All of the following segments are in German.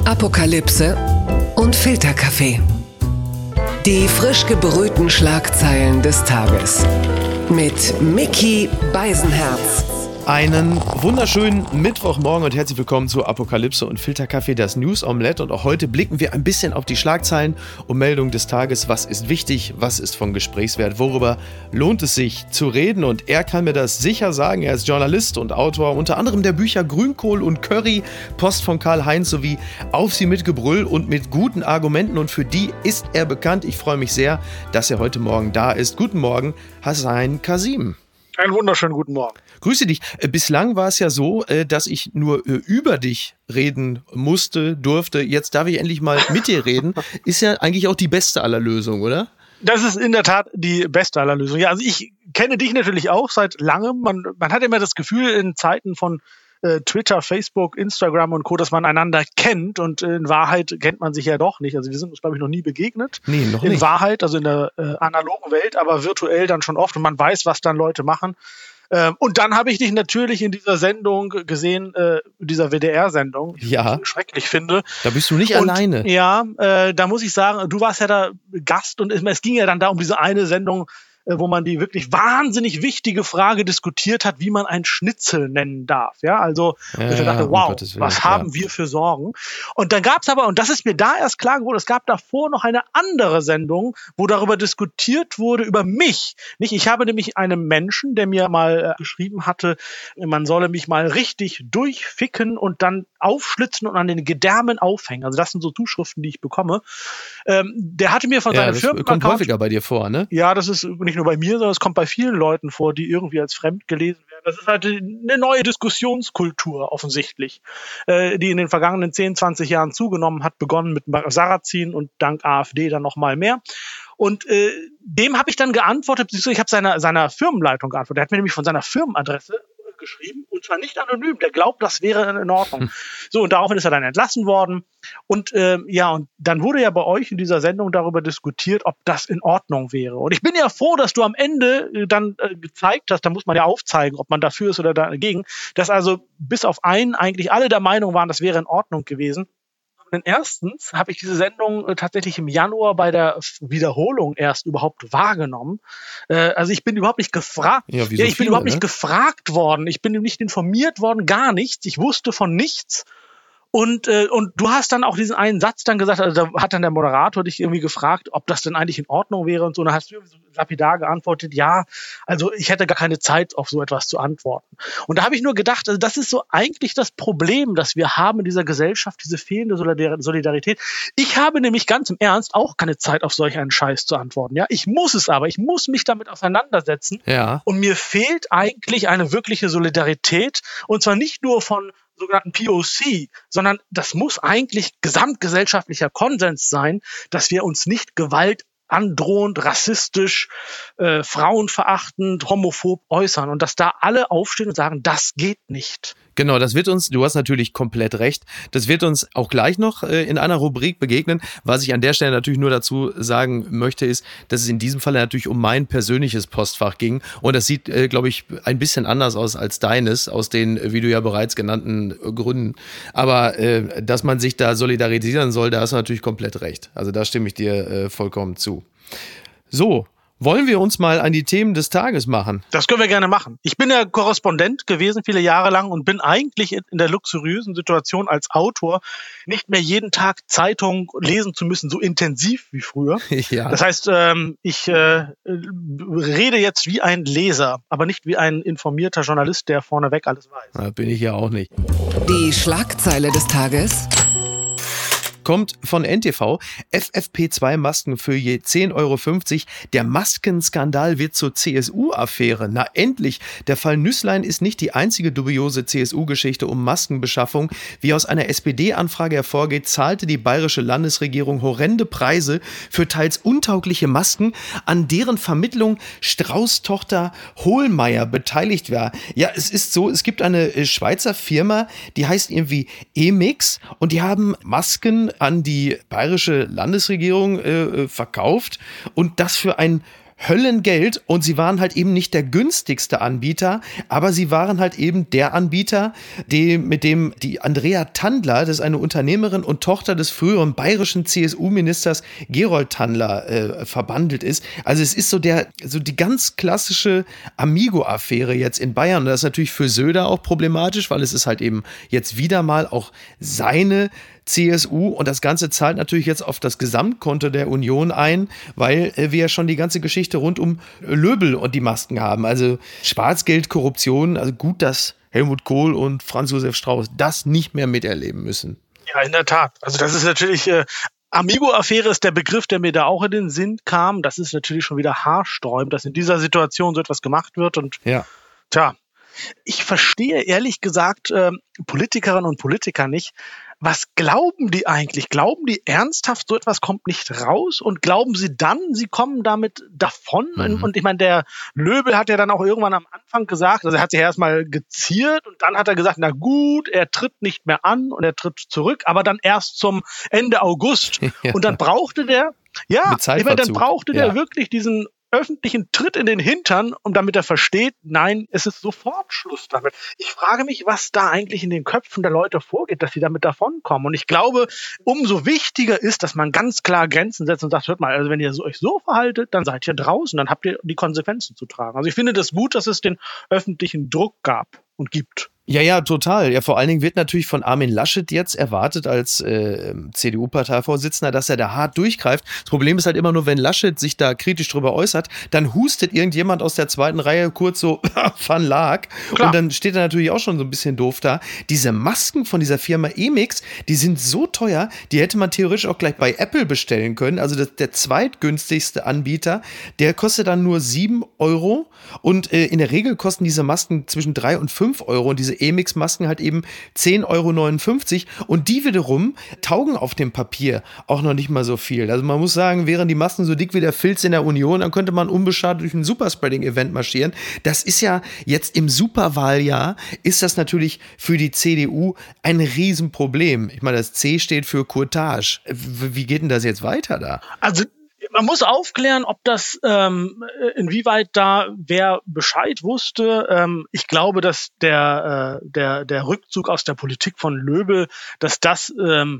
Apokalypse und Filterkaffee. Die frisch gebrühten Schlagzeilen des Tages. Mit Micky Beisenherz. Einen wunderschönen Mittwochmorgen und herzlich willkommen zu Apokalypse und Filterkaffee, das News Omelette. Und auch heute blicken wir ein bisschen auf die Schlagzeilen und Meldungen des Tages. Was ist wichtig? Was ist von Gesprächswert? Worüber lohnt es sich zu reden? Und er kann mir das sicher sagen. Er ist Journalist und Autor unter anderem der Bücher Grünkohl und Curry, Post von Karl-Heinz sowie Auf sie mit Gebrüll und mit guten Argumenten. Und für die ist er bekannt. Ich freue mich sehr, dass er heute Morgen da ist. Guten Morgen, Hassan Kasim. Einen wunderschönen guten Morgen. Grüße dich. Bislang war es ja so, dass ich nur über dich reden durfte. Jetzt darf ich endlich mal mit dir reden. Ist ja eigentlich auch die beste aller Lösungen, oder? Das ist in der Tat die beste aller Lösungen. Ja, also ich kenne dich natürlich auch seit langem. Man hat immer das Gefühl in Zeiten von Twitter, Facebook, Instagram und Co., dass man einander kennt und in Wahrheit kennt man sich ja doch nicht. Also wir sind uns, glaube ich, noch nie begegnet. Nee, noch nicht. In Wahrheit, also in der analogen Welt, aber virtuell dann schon oft und man weiß, was dann Leute machen. Und dann habe ich dich natürlich in dieser Sendung gesehen, dieser WDR-Sendung, die ja, ich schrecklich finde. Da bist du nicht alleine. Ja, da muss ich sagen, du warst ja da Gast und es ging ja dann da um diese eine Sendung, wo man die wirklich wahnsinnig wichtige Frage diskutiert hat, wie man ein Schnitzel nennen darf. Ja, also ich dachte, wow, was haben wir für Sorgen? Und dann gab es aber, und das ist mir da erst klar geworden, es gab davor noch eine andere Sendung, wo darüber diskutiert wurde, über mich. Nicht? Ich habe nämlich einem Menschen, der mir mal geschrieben hatte, man solle mich mal richtig durchficken und dann aufschlitzen und an den Gedärmen aufhängen. Also das sind so Zuschriften, die ich bekomme. Der hatte mir von seinem Firmenaccount... Das kommt häufiger bei dir vor, ne? Ja, das ist nicht nur bei mir, sondern es kommt bei vielen Leuten vor, die irgendwie als fremd gelesen werden. Das ist halt eine neue Diskussionskultur offensichtlich, die in den vergangenen 10, 20 Jahren zugenommen hat, begonnen mit Sarrazin und dank AfD dann noch mal mehr. Und dem habe ich dann geantwortet, ich habe seiner Firmenleitung geantwortet. Er hat mir nämlich von seiner Firmenadresse geschrieben und zwar nicht anonym. Der glaubt, das wäre in Ordnung. So, und daraufhin ist er dann entlassen worden. Und und dann wurde ja bei euch in dieser Sendung darüber diskutiert, ob das in Ordnung wäre. Und ich bin ja froh, dass du am Ende dann gezeigt hast, da muss man ja aufzeigen, ob man dafür ist oder dagegen, dass also bis auf einen eigentlich alle der Meinung waren, das wäre in Ordnung gewesen. Denn erstens habe ich diese Sendung tatsächlich im Januar bei der Wiederholung erst überhaupt wahrgenommen. Also ich bin überhaupt nicht gefragt. Ja, ich bin überhaupt nicht gefragt worden. Ich bin nicht informiert worden, gar nichts. Ich wusste von nichts. Und du hast dann auch diesen einen Satz dann gesagt, also da hat dann der Moderator dich irgendwie gefragt, ob das denn eigentlich in Ordnung wäre und so. Und dann hast du so lapidar geantwortet, ja, also ich hätte gar keine Zeit, auf so etwas zu antworten. Und da habe ich nur gedacht, also das ist so eigentlich das Problem, das wir haben in dieser Gesellschaft, diese fehlende Solidarität. Ich habe nämlich ganz im Ernst auch keine Zeit, auf solch einen Scheiß zu antworten. Ja, ich muss es aber, ich muss mich damit auseinandersetzen. Ja. Und mir fehlt eigentlich eine wirkliche Solidarität und zwar nicht nur von sogenannten POC, sondern das muss eigentlich gesamtgesellschaftlicher Konsens sein, dass wir uns nicht Gewalt androhend, rassistisch, frauenverachtend, homophob äußern und dass da alle aufstehen und sagen, das geht nicht. Genau, das wird uns, du hast natürlich komplett recht, das wird uns auch gleich noch in einer Rubrik begegnen. Was ich an der Stelle natürlich nur dazu sagen möchte, ist, dass es in diesem Fall natürlich um mein persönliches Postfach ging. Und das sieht, glaube ich, ein bisschen anders aus als deines, aus den, wie du ja bereits genannten Gründen. Aber dass man sich da solidarisieren soll, da hast du natürlich komplett recht. Also da stimme ich dir vollkommen zu. So. Wollen wir uns mal an die Themen des Tages machen? Das können wir gerne machen. Ich bin ja Korrespondent gewesen viele Jahre lang und bin eigentlich in der luxuriösen Situation als Autor nicht mehr jeden Tag Zeitung lesen zu müssen, so intensiv wie früher. Ja. Das heißt, ich rede jetzt wie ein Leser, aber nicht wie ein informierter Journalist, der vorneweg alles weiß. Da bin ich ja auch nicht. Die Schlagzeile des Tages kommt von NTV. FFP2-Masken für je 10,50 €. Der Maskenskandal wird zur CSU-Affäre. Na endlich! Der Fall Nüßlein ist nicht die einzige dubiose CSU-Geschichte um Maskenbeschaffung. Wie aus einer SPD-Anfrage hervorgeht, zahlte die bayerische Landesregierung horrende Preise für teils untaugliche Masken, an deren Vermittlung Strauß-Tochter Hohlmeier beteiligt war. Ja, es ist so, es gibt eine Schweizer Firma, die heißt irgendwie Emix und die haben Masken an die bayerische Landesregierung verkauft und das für ein Höllengeld und sie waren halt eben nicht der günstigste Anbieter, aber sie waren halt eben der Anbieter, mit dem die Andrea Tandler, das ist eine Unternehmerin und Tochter des früheren bayerischen CSU-Ministers Gerold Tandler, verbandelt ist. Also es ist so die ganz klassische Amigo-Affäre jetzt in Bayern. Und das ist natürlich für Söder auch problematisch, weil es ist halt eben jetzt wieder mal auch seine CSU und das Ganze zahlt natürlich jetzt auf das Gesamtkonto der Union ein, weil wir ja schon die ganze Geschichte rund um Löbel und die Masken haben. Also Schwarzgeld, Korruption, also gut, dass Helmut Kohl und Franz Josef Strauß das nicht mehr miterleben müssen. Ja, in der Tat. Also das ist natürlich, Amigo-Affäre ist der Begriff, der mir da auch in den Sinn kam. Das ist natürlich schon wieder haarsträubend, dass in dieser Situation so etwas gemacht wird und tja, ich verstehe ehrlich gesagt Politikerinnen und Politiker nicht. Was glauben die eigentlich? Glauben die ernsthaft, so etwas kommt nicht raus? Und glauben sie dann, sie kommen damit davon? Mhm. Und ich meine, der Löbel hat ja dann auch irgendwann am Anfang gesagt, also er hat sich erstmal geziert und dann hat er gesagt, na gut, er tritt nicht mehr an und er tritt zurück, aber dann erst zum Ende August. Ja. Und dann brauchte der, der wirklich diesen öffentlichen Tritt in den Hintern, und damit er versteht, nein, es ist sofort Schluss damit. Ich frage mich, was da eigentlich in den Köpfen der Leute vorgeht, dass sie damit davonkommen. Und ich glaube, umso wichtiger ist, dass man ganz klar Grenzen setzt und sagt, hört mal, also wenn ihr euch so verhaltet, dann seid ihr draußen, dann habt ihr die Konsequenzen zu tragen. Also ich finde das gut, dass es den öffentlichen Druck gab und gibt. Ja, total. Ja, vor allen Dingen wird natürlich von Armin Laschet jetzt erwartet als CDU-Parteivorsitzender, dass er da hart durchgreift. Das Problem ist halt immer nur, wenn Laschet sich da kritisch drüber äußert, dann hustet irgendjemand aus der zweiten Reihe kurz so Van Laak und dann steht er natürlich auch schon so ein bisschen doof da. Diese Masken von dieser Firma Emix, die sind so teuer, die hätte man theoretisch auch gleich bei Apple bestellen können. Also der zweitgünstigste Anbieter, der kostet dann nur 7 Euro und in der Regel kosten diese Masken zwischen 3 und 5 Euro und diese Emix-Masken halt eben 10,59 Euro und die wiederum taugen auf dem Papier auch noch nicht mal so viel. Also man muss sagen, wären die Masken so dick wie der Filz in der Union, dann könnte man unbeschadet durch ein Superspreading-Event marschieren. Das ist ja jetzt im Superwahljahr, ist das natürlich für die CDU ein Riesenproblem. Ich meine, das C steht für Courtage. Wie geht denn das jetzt weiter da? Also man muss aufklären, ob das, inwieweit da wer Bescheid wusste. Ich glaube, dass der Rückzug aus der Politik von Löbel, dass das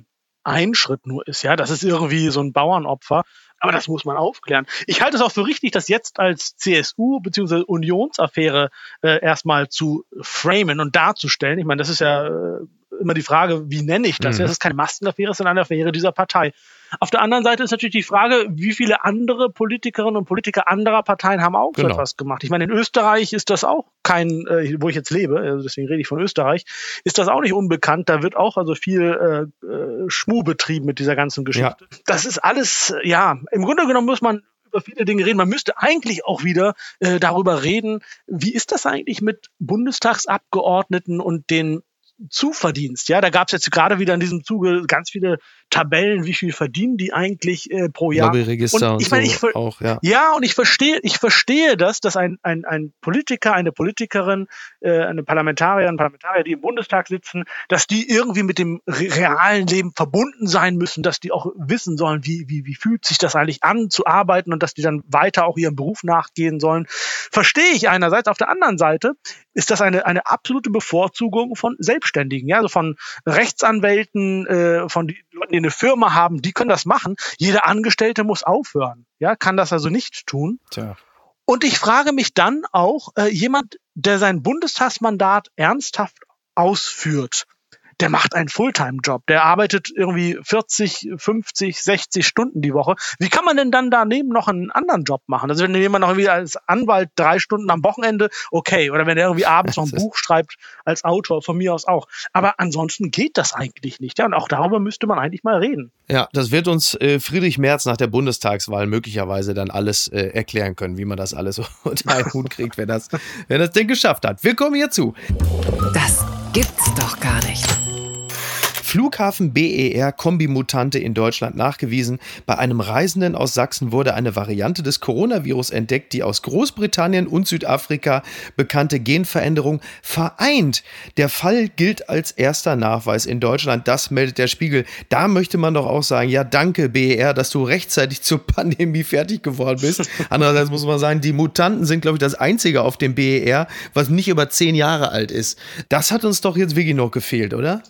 ein Schritt nur ist. Ja, das ist irgendwie so ein Bauernopfer. Aber das muss man aufklären. Ich halte es auch für richtig, das jetzt als CSU- bzw. Unionsaffäre erstmal zu framen und darzustellen. Ich meine, das ist ja immer die Frage, wie nenne ich das? Das ist keine Maskenaffäre, es ist eine Affäre dieser Partei. Auf der anderen Seite ist natürlich die Frage, wie viele andere Politikerinnen und Politiker anderer Parteien haben auch so etwas gemacht. Ich meine, in Österreich ist das auch kein, wo ich jetzt lebe, also deswegen rede ich von Österreich, ist das auch nicht unbekannt. Da wird auch also viel Schmuh betrieben mit dieser ganzen Geschichte. Ja. Das ist alles, im Grunde genommen muss man über viele Dinge reden. Man müsste eigentlich auch wieder darüber reden, wie ist das eigentlich mit Bundestagsabgeordneten und den Zuverdienst. Ja, da gab es jetzt gerade wieder in diesem Zuge ganz viele Tabellen, wie viel verdienen die eigentlich pro Jahr. Lobbyregister und so auch, ja. Ja, und ich verstehe das, dass ein Politiker, eine Politikerin, eine Parlamentarierin, Parlamentarier, die im Bundestag sitzen, dass die irgendwie mit dem realen Leben verbunden sein müssen, dass die auch wissen sollen, wie fühlt sich das eigentlich an, zu arbeiten und dass die dann weiter auch ihrem Beruf nachgehen sollen. Verstehe ich einerseits. Auf der anderen Seite ist das eine absolute Bevorzugung von Selbstständigen, ja, also von Rechtsanwälten, von den Leuten, die eine Firma haben, die können das machen. Jeder Angestellte muss aufhören, ja, kann das also nicht tun. Tja. Und ich frage mich dann auch, jemand, der sein Bundestagsmandat ernsthaft ausführt, der macht einen Fulltime-Job, der arbeitet irgendwie 40, 50, 60 Stunden die Woche. Wie kann man denn dann daneben noch einen anderen Job machen? Also wenn jemand noch irgendwie als Anwalt 3 Stunden am Wochenende, okay, oder wenn er irgendwie abends noch ein Buch schreibt als Autor, von mir aus auch. Aber ansonsten geht das eigentlich nicht. Ja, und auch darüber müsste man eigentlich mal reden. Ja, das wird uns Friedrich Merz nach der Bundestagswahl möglicherweise dann alles erklären können, wie man das alles so unter einen Hut kriegt, wer das Ding geschafft hat. Wir kommen hierzu. Das gibt's doch gar nicht. Flughafen BER Kombimutante in Deutschland nachgewiesen. Bei einem Reisenden aus Sachsen wurde eine Variante des Coronavirus entdeckt, die aus Großbritannien und Südafrika bekannte Genveränderung vereint. Der Fall gilt als erster Nachweis in Deutschland. Das meldet der Spiegel. Da möchte man doch auch sagen, ja, danke BER, dass du rechtzeitig zur Pandemie fertig geworden bist. Andererseits muss man sagen, die Mutanten sind, glaube ich, das Einzige auf dem BER, was nicht über 10 Jahre alt ist. Das hat uns doch jetzt wirklich noch gefehlt, oder?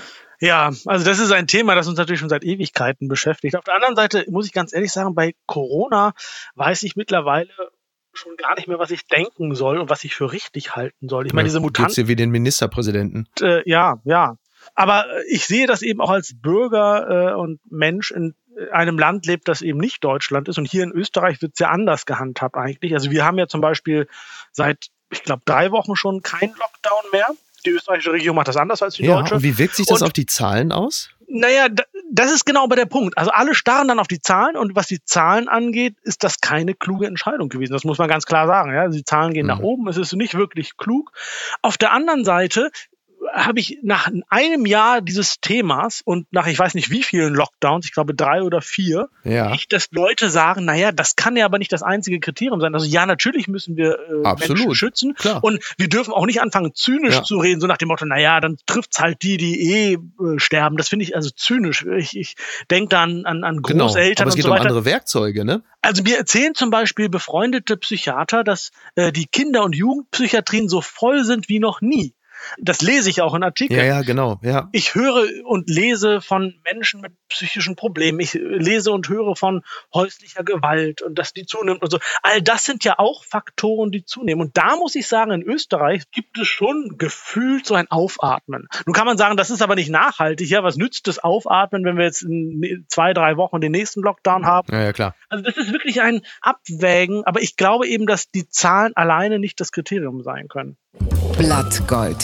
Ja, also das ist ein Thema, das uns natürlich schon seit Ewigkeiten beschäftigt. Auf der anderen Seite muss ich ganz ehrlich sagen, bei Corona weiß ich mittlerweile schon gar nicht mehr, was ich denken soll und was ich für richtig halten soll. Ich meine, diese Mutanten... Geht's dir wie den Ministerpräsidenten? Ja. Aber ich sehe das eben auch als Bürger und Mensch in einem Land lebt, das eben nicht Deutschland ist. Und hier in Österreich wird es ja anders gehandhabt eigentlich. Also wir haben ja zum Beispiel seit, ich glaube, 3 Wochen schon keinen Lockdown mehr. Die österreichische Regierung macht das anders als die deutsche. Und wie wirkt sich das auf die Zahlen aus? Naja, das ist genau aber der Punkt. Also alle starren dann auf die Zahlen und was die Zahlen angeht, ist das keine kluge Entscheidung gewesen. Das muss man ganz klar sagen. Ja? Die Zahlen gehen nach oben, es ist nicht wirklich klug. Auf der anderen Seite habe ich nach einem Jahr dieses Themas und nach ich weiß nicht wie vielen Lockdowns, ich glaube 3 oder 4, nicht, dass Leute sagen, naja, das kann ja aber nicht das einzige Kriterium sein. Also ja, natürlich müssen wir Menschen schützen. Klar. Und wir dürfen auch nicht anfangen, zynisch zu reden, so nach dem Motto, naja, dann trifft's halt die sterben. Das finde ich also zynisch. Ich denke da an Großeltern aber es geht und so weiter. Um andere Werkzeuge, ne? Also mir erzählen zum Beispiel befreundete Psychiater, dass die Kinder- und Jugendpsychiatrien so voll sind wie noch nie. Das lese ich auch in Artikeln. Ja, genau. Ja. Ich höre und lese von Menschen mit psychischen Problemen. Ich lese und höre von häuslicher Gewalt und dass die zunimmt und so. All das sind ja auch Faktoren, die zunehmen. Und da muss ich sagen, in Österreich gibt es schon gefühlt so ein Aufatmen. Nun kann man sagen, das ist aber nicht nachhaltig. Ja, was nützt das Aufatmen, wenn wir jetzt in 2, 3 Wochen den nächsten Lockdown haben? Ja, klar. Also das ist wirklich ein Abwägen. Aber ich glaube eben, dass die Zahlen alleine nicht das Kriterium sein können. Blattgold.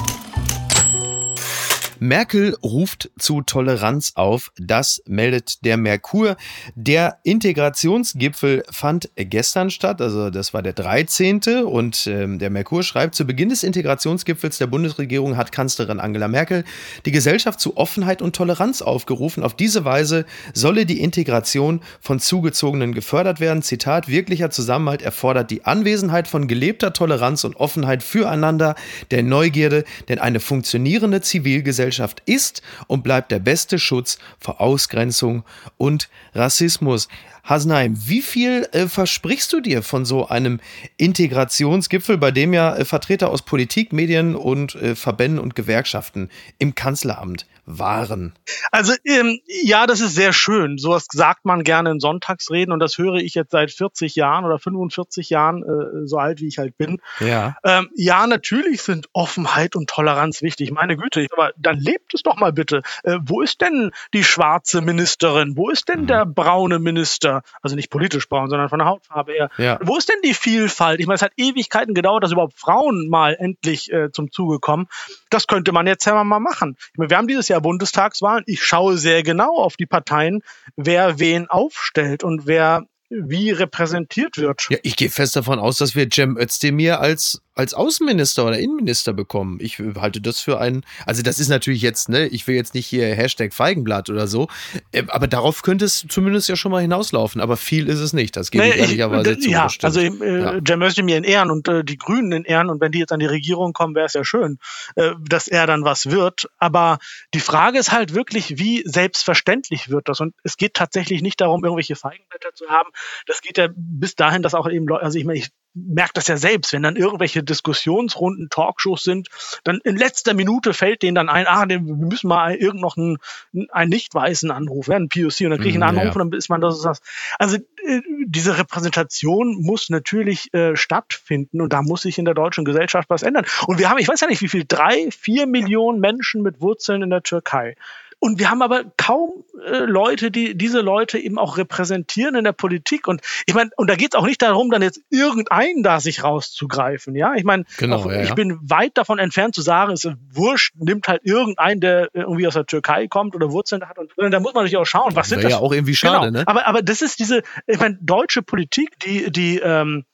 Merkel ruft zu Toleranz auf, das meldet der Merkur. Der Integrationsgipfel fand gestern statt, also das war der 13. Und der Merkur schreibt, zu Beginn des Integrationsgipfels der Bundesregierung hat Kanzlerin Angela Merkel die Gesellschaft zu Offenheit und Toleranz aufgerufen. Auf diese Weise solle die Integration von Zugezogenen gefördert werden. Zitat, wirklicher Zusammenhalt erfordert die Anwesenheit von gelebter Toleranz und Offenheit füreinander, der Neugierde, denn eine funktionierende Zivilgesellschaft ist und bleibt der beste Schutz vor Ausgrenzung und Rassismus. Hasenheim, wie viel versprichst du dir von so einem Integrationsgipfel, bei dem ja Vertreter aus Politik, Medien und Verbänden und Gewerkschaften im Kanzleramt waren? Also ja, das ist sehr schön. Sowas sagt man gerne in Sonntagsreden und das höre ich jetzt seit 40 Jahren oder 45 Jahren, so alt wie ich halt bin. Ja, ja, natürlich sind Offenheit und Toleranz wichtig. Meine Güte, aber dann lebt es doch mal bitte. Wo ist denn die schwarze Ministerin? Wo ist denn der braune Minister? Also nicht politisch braun, sondern von der Hautfarbe her. Ja. Wo ist denn die Vielfalt? Ich meine, es hat Ewigkeiten gedauert, dass überhaupt Frauen mal endlich zum Zuge kommen. Das könnte man jetzt ja mal machen. Ich meine, wir haben dieses Jahr Bundestagswahlen. Ich schaue sehr genau auf die Parteien, wer wen aufstellt und wer wie repräsentiert wird. Ja, ich gehe fest davon aus, dass wir Cem Özdemir als Außenminister oder Innenminister bekommen. Ich halte das für also das ist natürlich jetzt, ne, ich will jetzt nicht hier #Feigenblatt oder so, aber darauf könnte es zumindest ja schon mal hinauslaufen. Aber viel ist es nicht, das gebe ich ehrlicherweise zu. Ja, also Cem Özdemir in Ehren und die Grünen in Ehren und wenn die jetzt an die Regierung kommen, wäre es ja schön, dass er dann was wird. Aber die Frage ist halt wirklich, wie selbstverständlich wird das? Und es geht tatsächlich nicht darum, irgendwelche Feigenblätter zu haben. Das geht ja bis dahin, dass auch eben Leute, also ich meine, ich merke das ja selbst, wenn dann irgendwelche Diskussionsrunden, Talkshows sind, dann in letzter Minute fällt denen dann ein, wir müssen mal noch einen Nicht-Weißen anrufen, einen POC, und dann kriege ich einen Anruf und dann ist man das. Also diese Repräsentation muss natürlich stattfinden und da muss sich in der deutschen Gesellschaft was ändern. Und wir haben, ich weiß ja nicht wie viel, 3-4 Millionen Menschen mit Wurzeln in der Türkei. Und wir haben aber kaum Leute, die diese Leute eben auch repräsentieren in der Politik. Und ich meine, und da geht es auch nicht darum, dann jetzt irgendeinen da sich rauszugreifen. Ja, ich meine, ich bin weit davon entfernt zu sagen, es ist wurscht, nimmt halt irgendeinen, der irgendwie aus der Türkei kommt oder Wurzeln hat. Und da muss man natürlich auch schauen, was sind das? Ja, auch irgendwie schade, ne? Aber das ist ich meine, deutsche Politik, die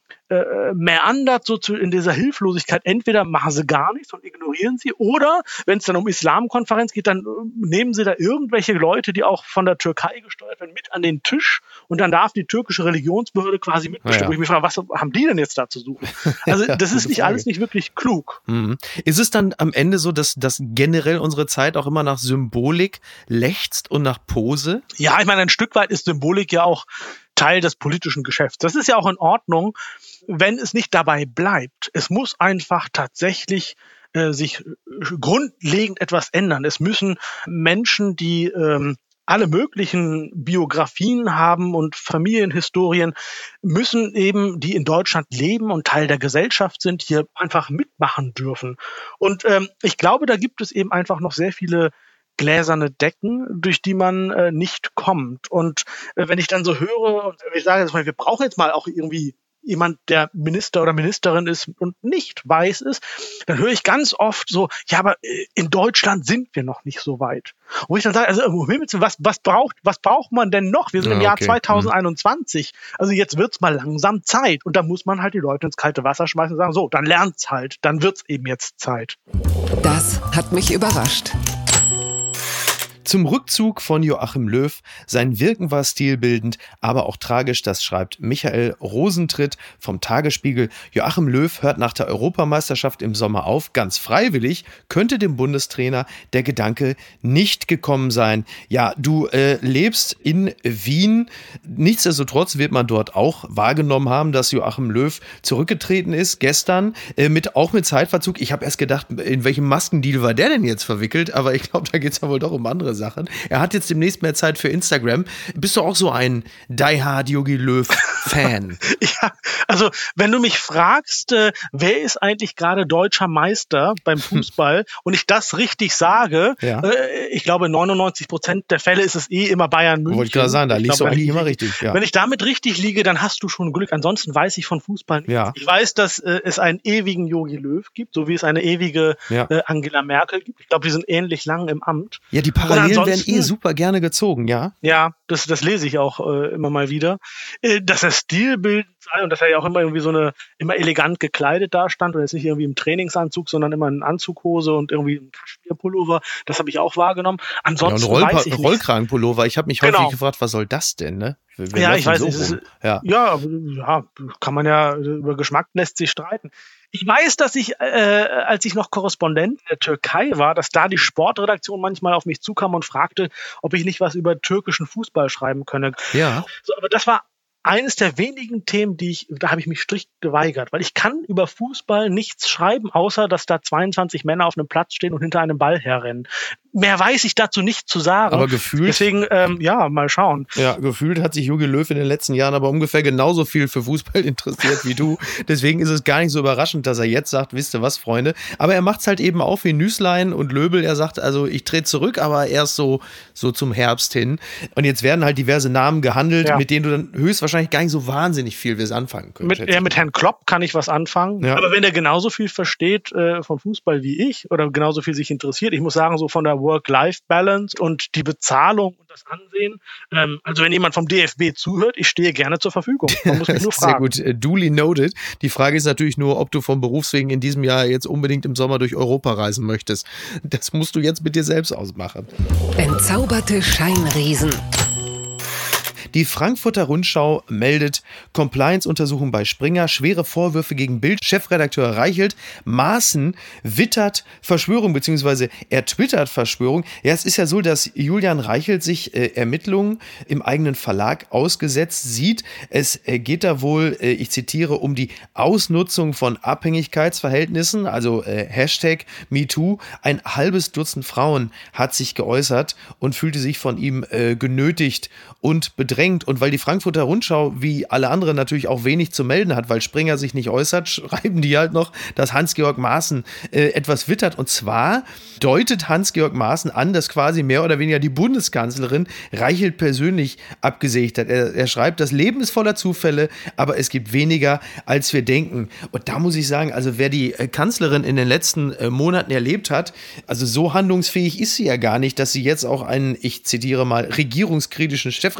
meandert in dieser Hilflosigkeit. Entweder machen sie gar nichts und ignorieren sie, oder wenn es dann um Islamkonferenz geht, dann nehmen sie da irgendwelche Leute, die auch von der Türkei gesteuert werden, mit an den Tisch, und dann darf die türkische Religionsbehörde quasi mitbestimmen. Wo ich mich frage, was haben die denn jetzt da zu suchen? Also das ist nicht alles nicht wirklich klug. Mhm. Ist es dann am Ende so, dass generell unsere Zeit auch immer nach Symbolik lechzt und nach Pose? Ja, ich meine, ein Stück weit ist Symbolik ja auch Teil des politischen Geschäfts. Das ist ja auch in Ordnung, wenn es nicht dabei bleibt. Es muss einfach tatsächlich sich grundlegend etwas ändern. Es müssen Menschen, die alle möglichen Biografien haben und Familienhistorien, müssen eben, die in Deutschland leben und Teil der Gesellschaft sind, hier einfach mitmachen dürfen. Und ich glaube, da gibt es eben einfach noch sehr viele gläserne Decken, durch die man nicht kommt. Und wenn ich dann so höre und ich sage, wir brauchen jetzt mal auch irgendwie jemand, der Minister oder Ministerin ist und nicht weiß ist, dann höre ich ganz oft so, ja, aber in Deutschland sind wir noch nicht so weit. Wo ich dann sage, also was braucht man denn noch? Wir sind im Jahr 2021. Also jetzt wird's mal langsam Zeit. Und da muss man halt die Leute ins kalte Wasser schmeißen und sagen, so, dann lernt's halt. Dann wird's eben jetzt Zeit. Das hat mich überrascht. Zum Rückzug von Joachim Löw. Sein Wirken war stilbildend, aber auch tragisch, das schreibt Michael Rosentritt vom Tagesspiegel. Joachim Löw hört nach der Europameisterschaft im Sommer auf. Ganz freiwillig könnte dem Bundestrainer der Gedanke nicht gekommen sein. Ja, du lebst in Wien. Nichtsdestotrotz wird man dort auch wahrgenommen haben, dass Joachim Löw zurückgetreten ist gestern, auch mit Zeitverzug. Ich habe erst gedacht, in welchem Maskendeal war der denn jetzt verwickelt? Aber ich glaube, da geht es ja wohl doch um andere Sachen. Er hat jetzt demnächst mehr Zeit für Instagram. Bist du auch so ein Die Hard Jogi Löw-Fan? Ja, also wenn du mich fragst, wer ist eigentlich gerade deutscher Meister beim Fußball und ich das richtig sage, ich glaube 99% der Fälle ist es immer Bayern München. Wollte ich gerade sagen, da liegst du eigentlich immer richtig. Ja. Wenn ich damit richtig liege, dann hast du schon Glück. Ansonsten weiß ich von Fußball nichts. Ja. Ich weiß, dass es einen ewigen Jogi Löw gibt, so wie es eine ewige Angela Merkel gibt. Ich glaube, die sind ähnlich lang im Amt. Ja, die Parallelen werden super gerne gezogen, ja? Ja, das lese ich auch immer mal wieder. Dass er stilbildend sei und dass er ja auch immer irgendwie immer elegant gekleidet da stand und jetzt nicht irgendwie im Trainingsanzug, sondern immer in Anzughose und irgendwie ein Kaschmirpullover. Das habe ich auch wahrgenommen. Ansonsten weiß ich nicht. Rollkragenpullover. Ich habe mich häufig gefragt, was soll das denn, ne? Ja, ich weiß nicht. Kann man ja, über Geschmack lässt sich streiten. Ich weiß, dass als ich noch Korrespondent in der Türkei war, dass da die Sportredaktion manchmal auf mich zukam und fragte, ob ich nicht was über türkischen Fußball schreiben könne. Ja. So, aber das war eines der wenigen Themen, da habe ich mich strikt geweigert, weil ich kann über Fußball nichts schreiben, außer dass da 22 Männer auf einem Platz stehen und hinter einem Ball herrennen. Mehr weiß ich dazu nicht zu sagen. Aber gefühlt. Deswegen, mal schauen. Ja, gefühlt hat sich Jogi Löw in den letzten Jahren aber ungefähr genauso viel für Fußball interessiert wie du. Deswegen ist es gar nicht so überraschend, dass er jetzt sagt, wisst ihr was, Freunde. Aber er macht es halt eben auch wie Nüßlein und Löbel. Er sagt, also ich trete zurück, aber erst so zum Herbst hin. Und jetzt werden halt diverse Namen gehandelt, mit denen du dann höchstwahrscheinlich gar nicht so wahnsinnig viel wirst anfangen können. Mit Herrn Klopp kann ich was anfangen. Ja. Aber wenn er genauso viel versteht von Fußball wie ich oder genauso viel sich interessiert, ich muss sagen, so von der Work-Life-Balance und die Bezahlung und das Ansehen. Also wenn jemand vom DFB zuhört, ich stehe gerne zur Verfügung. Man muss mich nur fragen. Sehr gut, duly noted. Die Frage ist natürlich nur, ob du vom Berufswegen in diesem Jahr jetzt unbedingt im Sommer durch Europa reisen möchtest. Das musst du jetzt mit dir selbst ausmachen. Entzauberte Scheinriesen. Die Frankfurter Rundschau meldet Compliance-Untersuchung bei Springer, schwere Vorwürfe gegen Bild. Chefredakteur Reichelt, Maaßen wittert Verschwörung, beziehungsweise er twittert Verschwörung. Ja, es ist ja so, dass Julian Reichelt sich Ermittlungen im eigenen Verlag ausgesetzt sieht. Es geht da wohl, ich zitiere, um die Ausnutzung von Abhängigkeitsverhältnissen, also Hashtag MeToo. Ein halbes Dutzend Frauen hat sich geäußert und fühlte sich von ihm genötigt und bedrängt. Und weil die Frankfurter Rundschau wie alle anderen natürlich auch wenig zu melden hat, weil Springer sich nicht äußert, schreiben die halt noch, dass Hans-Georg Maaßen etwas wittert. Und zwar deutet Hans-Georg Maaßen an, dass quasi mehr oder weniger die Bundeskanzlerin Reichelt persönlich abgesägt hat. Er schreibt, das Leben ist voller Zufälle, aber es gibt weniger, als wir denken. Und da muss ich sagen, also wer die Kanzlerin in den letzten Monaten erlebt hat, also so handlungsfähig ist sie ja gar nicht, dass sie jetzt auch einen, ich zitiere mal, regierungskritischen Chefredakteur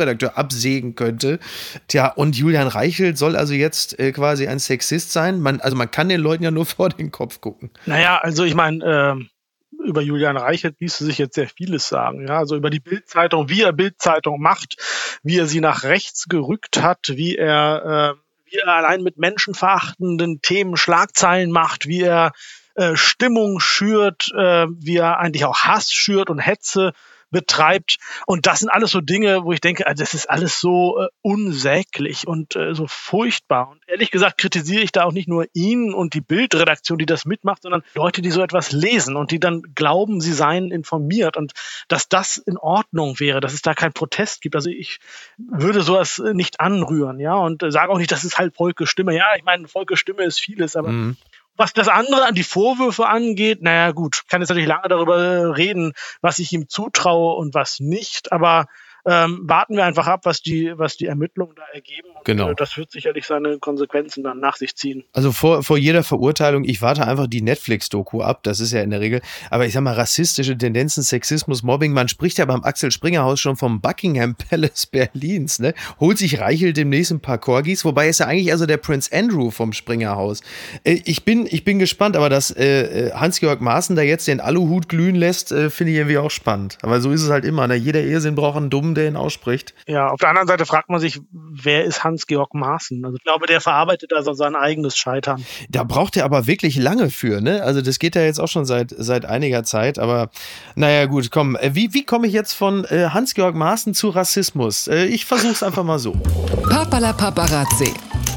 absägen könnte. Tja, und Julian Reichelt soll also jetzt quasi ein Sexist sein? Man kann den Leuten ja nur vor den Kopf gucken. Naja, also ich meine, über Julian Reichelt ließe sich jetzt sehr vieles sagen. Ja, also über die Bild-Zeitung, wie er Bild-Zeitung macht, wie er sie nach rechts gerückt hat, wie er allein mit menschenverachtenden Themen Schlagzeilen macht, wie er Stimmung schürt, wie er eigentlich auch Hass schürt und Hetze betreibt. Und das sind alles so Dinge, wo ich denke, das ist alles so unsäglich und so furchtbar. Und ehrlich gesagt kritisiere ich da auch nicht nur ihn und die Bildredaktion, die das mitmacht, sondern Leute, die so etwas lesen und die dann glauben, sie seien informiert und dass das in Ordnung wäre, dass es da keinen Protest gibt. Also ich würde sowas nicht anrühren, ja, und sage auch nicht, das ist halt Volkes Stimme. Ja, ich meine, Volkes Stimme ist vieles, aber was das andere an die Vorwürfe angeht, naja gut, ich kann jetzt natürlich lange darüber reden, was ich ihm zutraue und was nicht, aber warten wir einfach ab, was die Ermittlungen da ergeben. Und, genau. Das wird sicherlich seine Konsequenzen dann nach sich ziehen. Also vor jeder Verurteilung, ich warte einfach die Netflix-Doku ab, das ist ja in der Regel, aber ich sag mal, rassistische Tendenzen, Sexismus, Mobbing, man spricht ja beim Axel Springer Haus schon vom Buckingham Palace Berlins, ne? Holt sich Reichelt demnächst ein paar Corgis, wobei ist ja eigentlich also der Prince Andrew vom Springer Haus. Ich bin gespannt, aber dass Hans-Georg Maaßen da jetzt den Aluhut glühen lässt, finde ich irgendwie auch spannend. Aber so ist es halt immer, ne? Jeder Irrsinn braucht einen Dummen, der ihn ausspricht. Ja, auf der anderen Seite fragt man sich, wer ist Hans-Georg Maaßen? Also ich glaube, der verarbeitet also sein eigenes Scheitern. Da braucht er aber wirklich lange für, ne? Also das geht ja jetzt auch schon seit einiger Zeit, aber naja gut, komm. Wie komme ich jetzt von Hans-Georg Maaßen zu Rassismus? Ich versuch's einfach mal so. Papala Paparazzi.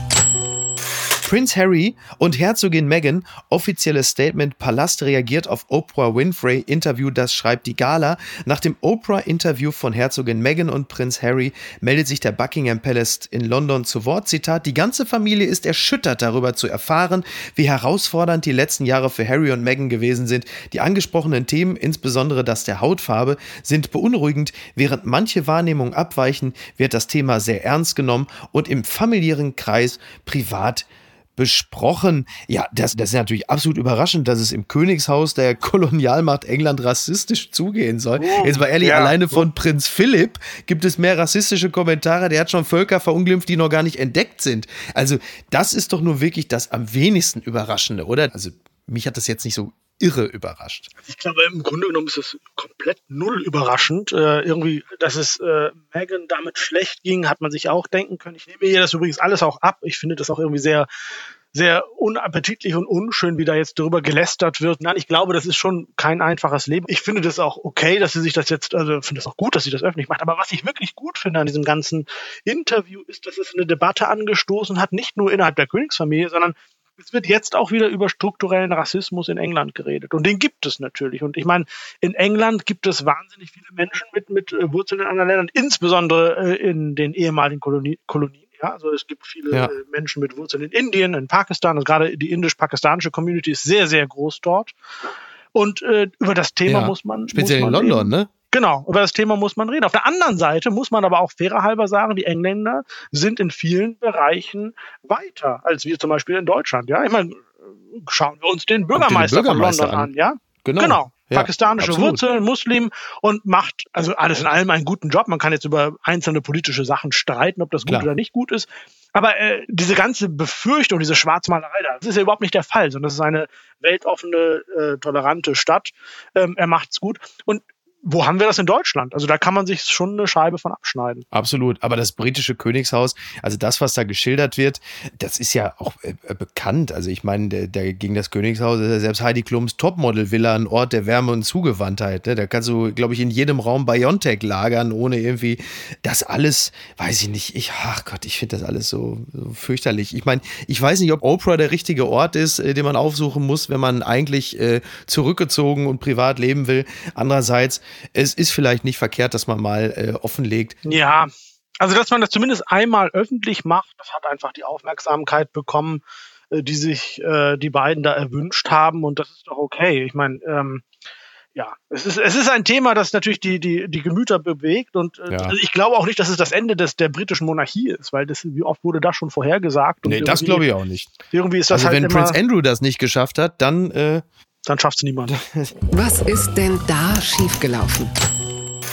Prince Harry und Herzogin Meghan, offizielles Statement, Palast reagiert auf Oprah Winfrey Interview, das schreibt die Gala. Nach dem Oprah-Interview von Herzogin Meghan und Prinz Harry meldet sich der Buckingham Palace in London zu Wort. Zitat: Die ganze Familie ist erschüttert darüber zu erfahren, wie herausfordernd die letzten Jahre für Harry und Meghan gewesen sind. Die angesprochenen Themen, insbesondere das der Hautfarbe, sind beunruhigend. Während manche Wahrnehmungen abweichen, wird das Thema sehr ernst genommen und im familiären Kreis privat besprochen. Ja, das ist natürlich absolut überraschend, dass es im Königshaus der Kolonialmacht England rassistisch zugehen soll. Jetzt mal ehrlich, alleine von Prinz Philipp gibt es mehr rassistische Kommentare. Der hat schon Völker verunglimpft, die noch gar nicht entdeckt sind. Also das ist doch nur wirklich das am wenigsten Überraschende, oder? Also mich hat das jetzt nicht so irre überrascht. Ich glaube, im Grunde genommen ist es komplett null überraschend. Irgendwie, dass es Meghan damit schlecht ging, hat man sich auch denken können. Ich nehme ihr das übrigens alles auch ab. Ich finde das auch irgendwie sehr, sehr unappetitlich und unschön, wie da jetzt darüber gelästert wird. Nein, ich glaube, das ist schon kein einfaches Leben. Ich finde das auch okay, dass sie sich das jetzt, also finde es auch gut, dass sie das öffentlich macht. Aber was ich wirklich gut finde an diesem ganzen Interview ist, dass es eine Debatte angestoßen hat, nicht nur innerhalb der Königsfamilie, sondern es wird jetzt auch wieder über strukturellen Rassismus in England geredet. Und den gibt es natürlich. Und ich meine, in England gibt es wahnsinnig viele Menschen mit Wurzeln in anderen Ländern, insbesondere in den ehemaligen Kolonien. Ja, also es gibt viele Menschen mit Wurzeln in Indien, in Pakistan. Also gerade die indisch-pakistanische Community ist sehr, sehr groß dort. Und über das Thema muss man speziell in London, reden. Ne? Genau, über das Thema muss man reden. Auf der anderen Seite muss man aber auch fairer halber sagen, die Engländer sind in vielen Bereichen weiter als wir zum Beispiel in Deutschland. Ja, ich meine, schauen wir uns den Bürgermeister von London an. Ja, genau. Ja, pakistanische Wurzeln, Muslim und macht also alles in allem einen guten Job. Man kann jetzt über einzelne politische Sachen streiten, ob das gut oder nicht gut ist. Aber diese ganze Befürchtung, diese Schwarzmalerei da, das ist ja überhaupt nicht der Fall, sondern das ist eine weltoffene, tolerante Stadt. Er macht's gut. Und wo haben wir das in Deutschland? Also da kann man sich schon eine Scheibe von abschneiden. Absolut. Aber das britische Königshaus, also das, was da geschildert wird, das ist ja auch bekannt. Also ich meine, gegen das Königshaus ist ja selbst Heidi Klums Topmodel-Villa ein Ort der Wärme und Zugewandtheit. Ne? Da kannst du, glaube ich, in jedem Raum BioNTech lagern, ohne irgendwie das alles, weiß ich nicht. Ich finde das alles so fürchterlich. Ich meine, ich weiß nicht, ob Oprah der richtige Ort ist, den man aufsuchen muss, wenn man eigentlich zurückgezogen und privat leben will. Andererseits, es ist vielleicht nicht verkehrt, dass man mal offenlegt. Ja, also dass man das zumindest einmal öffentlich macht, das hat einfach die Aufmerksamkeit bekommen, die sich die beiden da erwünscht haben, und das ist doch okay. Ich meine, es ist ein Thema, das natürlich die Gemüter bewegt, und ich glaube auch nicht, dass es das Ende der britischen Monarchie ist, weil wie oft wurde das schon vorhergesagt. Nee, das glaube ich auch nicht. Irgendwie ist das also halt wenn Prince Andrew das nicht geschafft hat, dann schafft es niemand. Was ist denn da schiefgelaufen?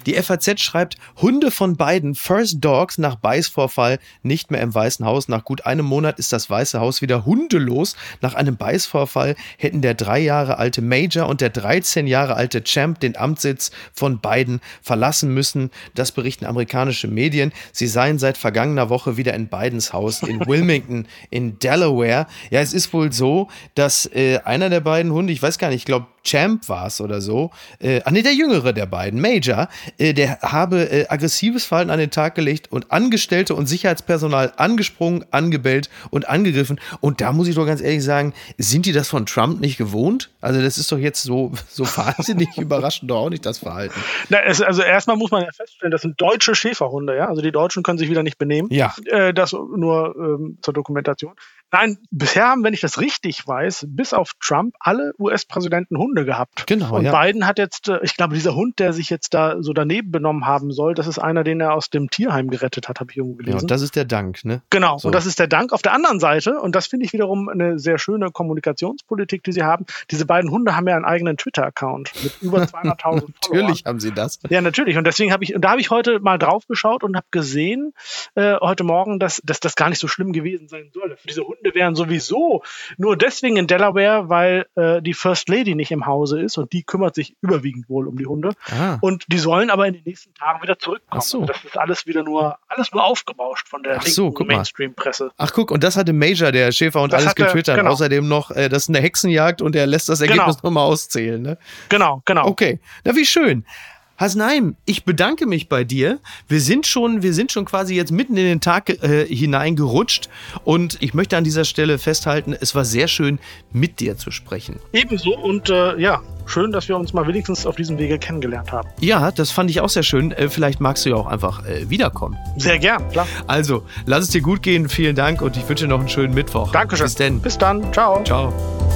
Die FAZ schreibt, Hunde von Biden, First Dogs nach Beißvorfall nicht mehr im Weißen Haus. Nach gut einem Monat ist das Weiße Haus wieder hundelos. Nach einem Beißvorfall hätten der 3 Jahre alte Major und der 13 Jahre alte Champ den Amtssitz von Biden verlassen müssen. Das berichten amerikanische Medien. Sie seien seit vergangener Woche wieder in Bidens Haus in Wilmington in Delaware. Ja, es ist wohl so, dass einer der beiden Hunde, ich weiß gar nicht, ich glaube Champ war es oder so, der jüngere der beiden, Major, der habe aggressives Verhalten an den Tag gelegt und Angestellte und Sicherheitspersonal angesprungen, angebellt und angegriffen. Und da muss ich doch ganz ehrlich sagen, sind die das von Trump nicht gewohnt? Also das ist doch jetzt so wahnsinnig überraschend doch auch nicht das Verhalten. Na, also erstmal muss man ja feststellen, das sind deutsche Schäferhunde, ja. Also die Deutschen können sich wieder nicht benehmen. Ja. Das nur zur Dokumentation. Nein, bisher haben, wenn ich das richtig weiß, bis auf Trump alle US-Präsidenten Hunde gehabt. Genau, und ja. Biden hat jetzt, ich glaube, dieser Hund, der sich jetzt da so daneben benommen haben soll, das ist einer, den er aus dem Tierheim gerettet hat, habe ich irgendwo gelesen. Ja, und das ist der Dank, ne? Genau, so. Und das ist der Dank. Auf der anderen Seite, und das finde ich wiederum eine sehr schöne Kommunikationspolitik, die sie haben, diese beiden Hunde haben ja einen eigenen Twitter-Account mit über 200.000 Followern. Natürlich haben sie das. Ja, natürlich. Und deswegen habe ich heute mal drauf geschaut und habe gesehen, heute Morgen, dass das gar nicht so schlimm gewesen sein soll. Diese Hunde wären sowieso nur deswegen in Delaware, weil die First Lady nicht im Hause ist und die kümmert sich überwiegend wohl um die Hunde. Ah. Und die sollen aber in den nächsten Tagen wieder zurückkommen. Ach so. Das ist alles nur aufgebauscht von der linken Mainstream-Presse. Ach guck, und das hatte Major, der Schäferhund, Das alles hat er, getwittert. genau. Außerdem noch, das ist eine Hexenjagd und er lässt das Ergebnis nochmal auszählen. Ne? Genau. Okay, na wie schön. Hasnaim, ich bedanke mich bei dir. Wir sind schon quasi jetzt mitten in den Tag hineingerutscht und ich möchte an dieser Stelle festhalten, es war sehr schön, mit dir zu sprechen. Ebenso und schön, dass wir uns mal wenigstens auf diesem Wege kennengelernt haben. Ja, das fand ich auch sehr schön. Vielleicht magst du ja auch einfach wiederkommen. Sehr gern, klar. Also, lass es dir gut gehen. Vielen Dank und ich wünsche noch einen schönen Mittwoch. Dankeschön. Bis denn. Bis dann. Ciao. Ciao.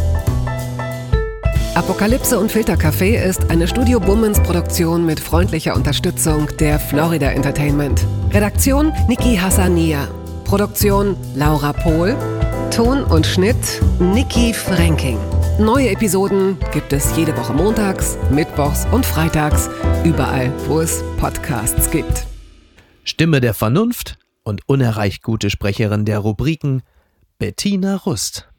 Apokalypse und Filtercafé ist eine Studio Bummens Produktion mit freundlicher Unterstützung der Florida Entertainment. Redaktion Niki Hassania. Produktion Laura Pohl. Ton und Schnitt Niki Fränking. Neue Episoden gibt es jede Woche montags, mittwochs und freitags, überall, wo es Podcasts gibt. Stimme der Vernunft und unerreicht gute Sprecherin der Rubriken Bettina Rust.